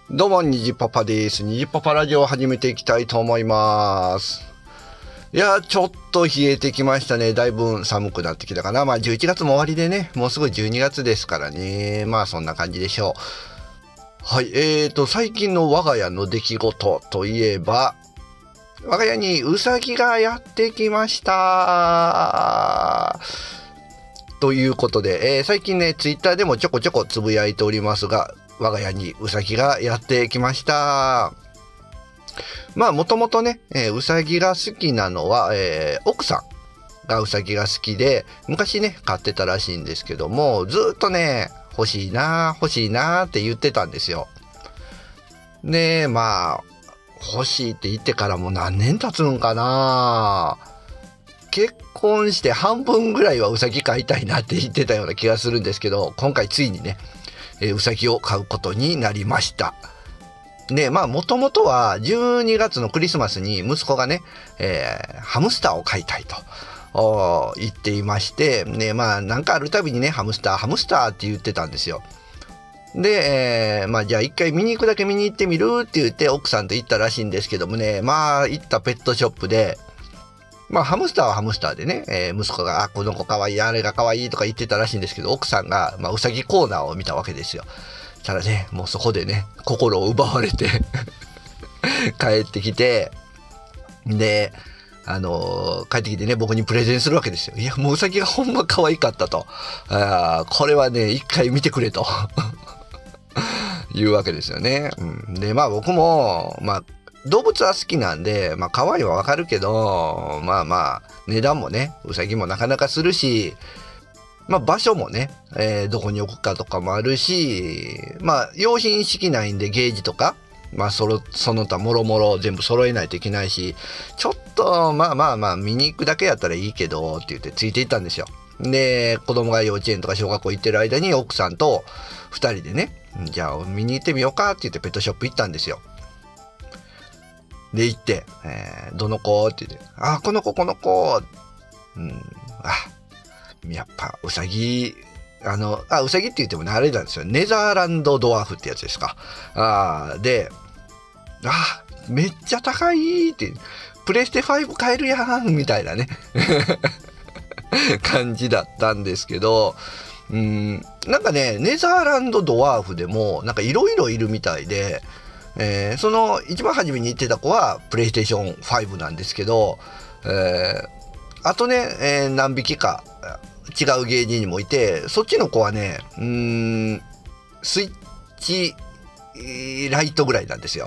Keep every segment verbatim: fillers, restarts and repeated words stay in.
どうも、にじパパです。にじパパラジオを始めていきたいと思います。いや、ちょっと冷えてきましたね。だいぶ寒くなってきたかな。まあ、じゅういちがつも終わりでね、もうすぐじゅうにがつですからね。まあ、そんな感じでしょう。はい、えーと、最近の我が家の出来事といえば、我が家にうさぎがやってきました。ということで、えー、最近ね、ツイッターでもちょこちょこつぶやいておりますが、我が家にうさぎがやってきました。まあもともとね、えー、うさぎが好きなのは、えー、奥さんがうさぎが好きで昔ね飼ってたらしいんですけども、ずっとね欲しいな欲しいなって言ってたんですよ。でまあ欲しいって言ってからもう何年経つんかな。結婚して半分ぐらいはうさぎ飼いたいなって言ってたような気がするんですけど、今回ついにねえー、うさぎを飼うことになりました。でまあもともとはじゅうにがつのクリスマスに息子がね、えー、ハムスターを飼いたいと言っていまして、ね、まあなんかあるたびにねハムスターハムスターって言ってたんですよ。で、えー、まあじゃあ一回見に行くだけ見に行ってみるって言って奥さんと行ったらしいんですけどもね、まあ行ったペットショップでまあハムスターはハムスターでね、えー、息子があこの子かわいいあれがかわいいとか言ってたらしいんですけど、奥さんが、まあ、うさぎコーナーを見たわけですよ。ただねもうそこでね心を奪われて帰ってきて、であのー、帰ってきてね僕にプレゼンするわけですよ。いやもううさぎがほんま可愛かったと、あこれはね一回見てくれというわけですよね。うん、でまあ僕もまあ動物は好きなんで、まあ可愛いはわかるけど、まあまあ値段もねうさぎもなかなかするし、まあ場所もね、えー、どこに置くかとかもあるし、まあ用品式ないんでゲージとかまあそのその他もろもろ全部揃えないといけないし、ちょっとまあまあまあ見に行くだけやったらいいけどって言ってついていったんですよ。で子供が幼稚園とか小学校行ってる間に奥さんとふたりでね、じゃあ見に行ってみようかって言ってペットショップ行ったんですよ。で行って、えー、どの子って言って、あ、この子この子、うん、あ、やっぱうさぎ、あの、あ、うさぎって言ってもねあれなんですよ。ネザーランドドワーフってやつですか。あで、あ、めっちゃ高いって、プレステファイブ買えるやんみたいなね感じだったんですけど、うん、なんかねネザーランドドワーフでもなんかいろいろいるみたいで。えー、その一番初めに言ってた子はプレイステーションファイブなんですけど、えー、あとね、えー、何匹か違う芸人にもいて、そっちの子はねうーんスイッチライトぐらいなんですよ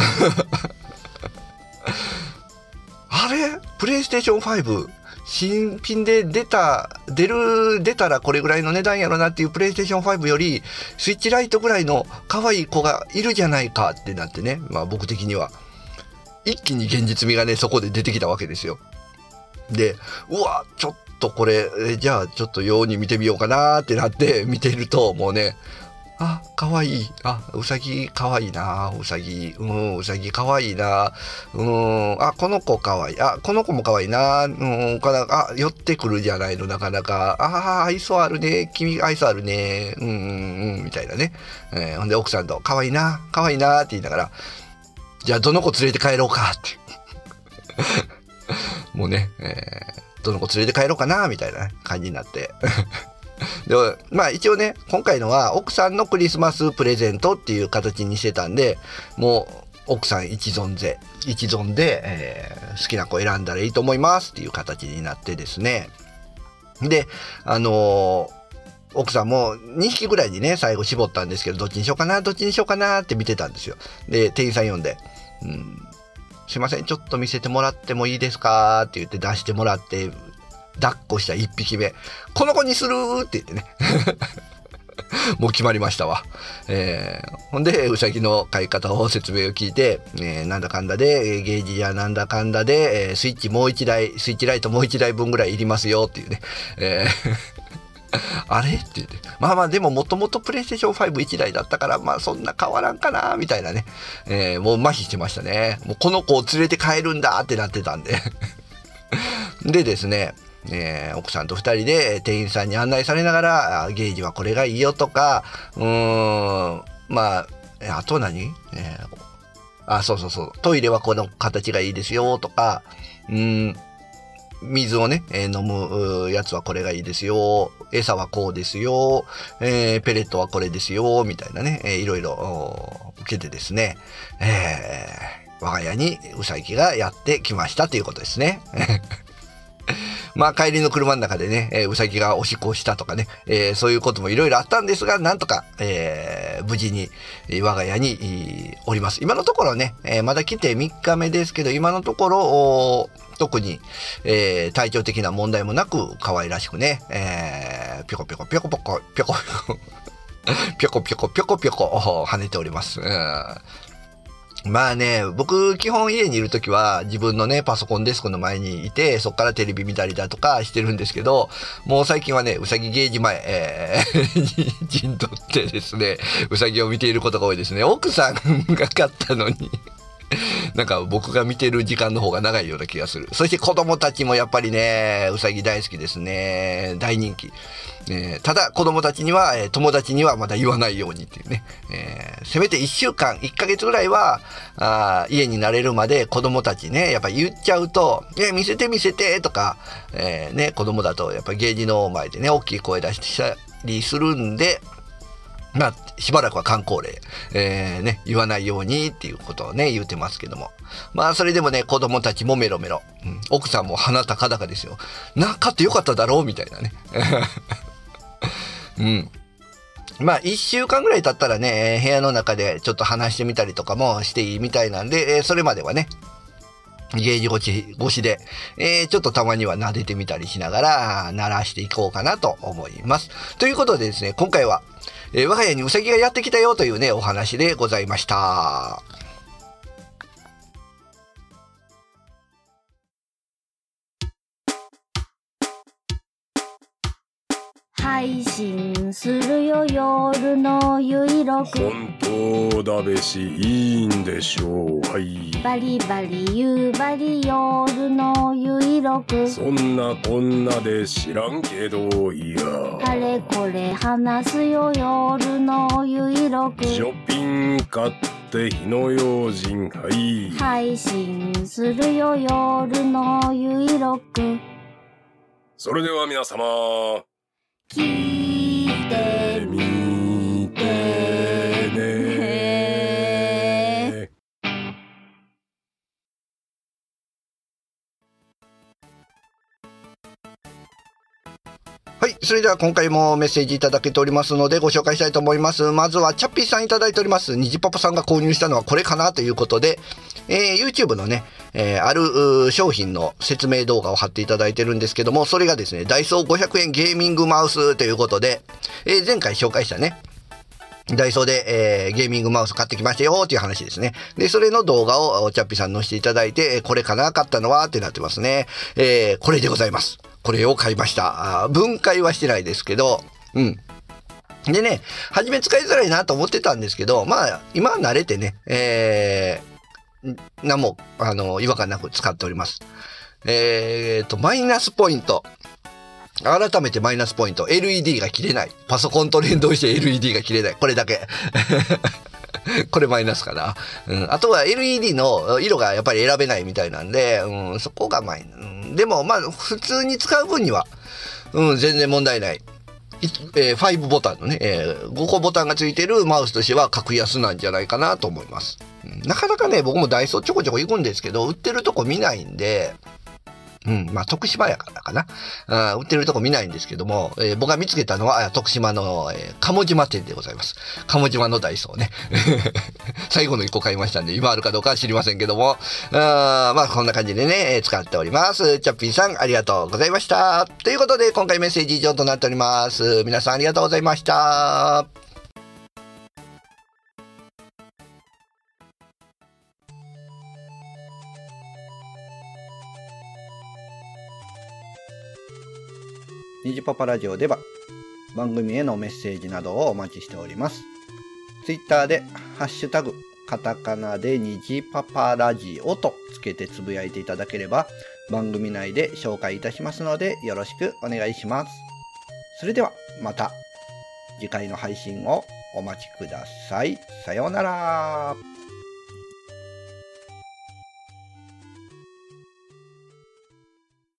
あれプレイステーションファイブ新品で出た出る出たらこれぐらいの値段やろなっていうプレイステーションファイブよりスイッチライトぐらいの可愛い子がいるじゃないかってなってね、まあ僕的には一気に現実味がねそこで出てきたわけですよ。でうわちょっとこれえじゃあちょっとように見てみようかなってなって見てるともうね、あ、かわいい。あ、うさぎかわいいな。うさぎ。うん、うさぎかわいいな。うん、あ、この子かわいい。あ、この子もかわいいな。うん、かなあ、寄ってくるじゃないの、なかなか。あ、愛想あるね。君愛想あるね。うん、うん、うん、みたいなね。えー、ほんで奥さんと、かわいいな、かわいいなって言いながら、じゃあどの子連れて帰ろうかって。もうね、えー、どの子連れて帰ろうかな、みたいな感じになって。でまあ一応ね今回のは奥さんのクリスマスプレゼントっていう形にしてたんで、もう奥さん一存で一存で、えー、好きな子選んだらいいと思いますっていう形になってですね。であのー、奥さんもにひきぐらいにね最後絞ったんですけど、どっちにしようかなどっちにしようかなって見てたんですよ。で店員さん呼んで、うん、すいませんちょっと見せてもらってもいいですかって言って出してもらって、抱っこしたいっぴきめこの子にするって言ってねもう決まりましたわ。えー、ほんでうさぎの飼い方を説明を聞いて、えー、なんだかんだでゲージやなんだかんだで、えー、スイッチもういちだいスイッチライトもういちだいぶんぐらいいりますよっていうね、えー、あれって言って、まあまあでももともとプレイステーションファイブいちだいだったからまあそんな変わらんかなみたいなね、えー、もう麻痺してましたね。もうこの子を連れて帰るんだってなってたんででですね、えー、奥さんとふたりで店員さんに案内されながらゲージはこれがいいよとか、うーんまあえあと何、えー、あ、そうそうそう。トイレはこの形がいいですよとか、うーん、水をね、えー、飲むやつはこれがいいですよ。餌はこうですよ。えー、ペレットはこれですよ。みたいなね、えー、いろいろ受けてですね、えー、我が家にウサギがやってきましたということですね。まあ帰りの車の中でね、えー、ウサギがおしっこをしたとかね、えー、そういうこともいろいろあったんですが、なんとか、えー、無事に、えー、我が家に、えー、おります。今のところね、えー、まだ来てみっかめですけど、今のところ、特に、えー、体調的な問題もなく、可愛らしくね、えー、ぴょこぴょこぴょこぴょこ、ぴょこぴょこぴょこぴょこぴょこ跳ねております。うんまあね、僕、基本家にいるときは自分のね、パソコンデスクの前にいて、そこからテレビ見たりだとかしてるんですけど、もう最近はね、うさぎゲージ前、えー、に陣取ってですね、うさぎを見ていることが多いですね。奥さんが買ったのに。なんか僕が見てる時間の方が長いような気がする。そして子供たちもやっぱりね、うさぎ大好きですね。大人気。えー、ただ子供たちには、えー、友達にはまだ言わないようにっていうね。えー、せめていっしゅうかん、いっかげつぐらいは、あ家に慣れるまで子供たちね、やっぱ言っちゃうと、え見せて見せてとか、えー、ね、子供だとやっぱゲージの前でね、大きい声出したりするんで、まあ、しばらくは観光令、えー、ね、言わないようにっていうことをね、言うてますけども。まあ、それでもね、子供たちもメロメロ。うん、奥さんも鼻高々ですよ。な、買ってよかっただろうみたいなね。うん。まあ、一週間ぐらい経ったらね、部屋の中でちょっと話してみたりとかもしていいみたいなんで、それまではね、ゲージ越し、越しで、えー、ちょっとたまには撫でてみたりしながら、鳴らしていこうかなと思います。ということでですね、今回は、えー、我が家にウサギがやってきたよというね、お話でございました。 配信するよ夜のゆいろく本当だべしいいんでしょうはいバリバリ夕張夜のゆいろくそんなこんなで知らんけどいやあれこれ話すよ夜のゆいろくショッピング買って火の用心はい配信するよ夜のゆいろくそれでは皆様聞いてみてね。 はい。それでは今回もメッセージいただけておりますのでご紹介したいと思います。まずはチャッピーさんいただいております。にじパパさんが購入したのはこれかなということで、えー、YouTube のね、えー、ある商品の説明動画を貼っていただいてるんですけども、それがですね、ダイソーごひゃくえんゲーミングマウスということで、えー、前回紹介したね、ダイソーで、えー、ゲーミングマウス買ってきましたよっていう話ですね。で、それの動画をチャッピーさんに載せていただいて、これかな買ったのはってなってますね。えー、これでございます。これを買いました。分解はしてないですけど、うん。でね、初め使いづらいなと思ってたんですけど、まあ、今は慣れてね、えー、何も、あの、違和感なく使っております。えーと、マイナスポイント。改めてマイナスポイント。エルイーディー が切れない。パソコンと連動して エルイーディー が切れない。これだけ。これマイナスかな。うん。あとは エルイーディー の色がやっぱり選べないみたいなんで、うん、そこがマイナス。うん、でもまあ、普通に使う分には、うん、全然問題ない。えー、ごボタンのね、えー、ごこボタンがついてるマウスとしては格安なんじゃないかなと思います。うん、なかなかね、僕もダイソーちょこちょこ行くんですけど、売ってるとこ見ないんで、うん、まあ、徳島やからかな。あ売ってるとこ見ないんですけども、えー、僕が見つけたのは、徳島の、えー、鴨島店でございます。鴨島のダイソーね。最後のいっこ買いましたんで、今あるかどうかは知りませんけども、あまあ、こんな感じでね、使っております。チャッピーさん、ありがとうございました。ということで、今回メッセージ以上となっております。皆さんありがとうございました。にじパパラジオでは番組へのメッセージなどをお待ちしております。ツイッターでハッシュタグカタカナでにじパパラジオとつけてつぶやいていただければ番組内で紹介いたしますのでよろしくお願いします。それではまた。 次回の配信をお待ちください。さようなら。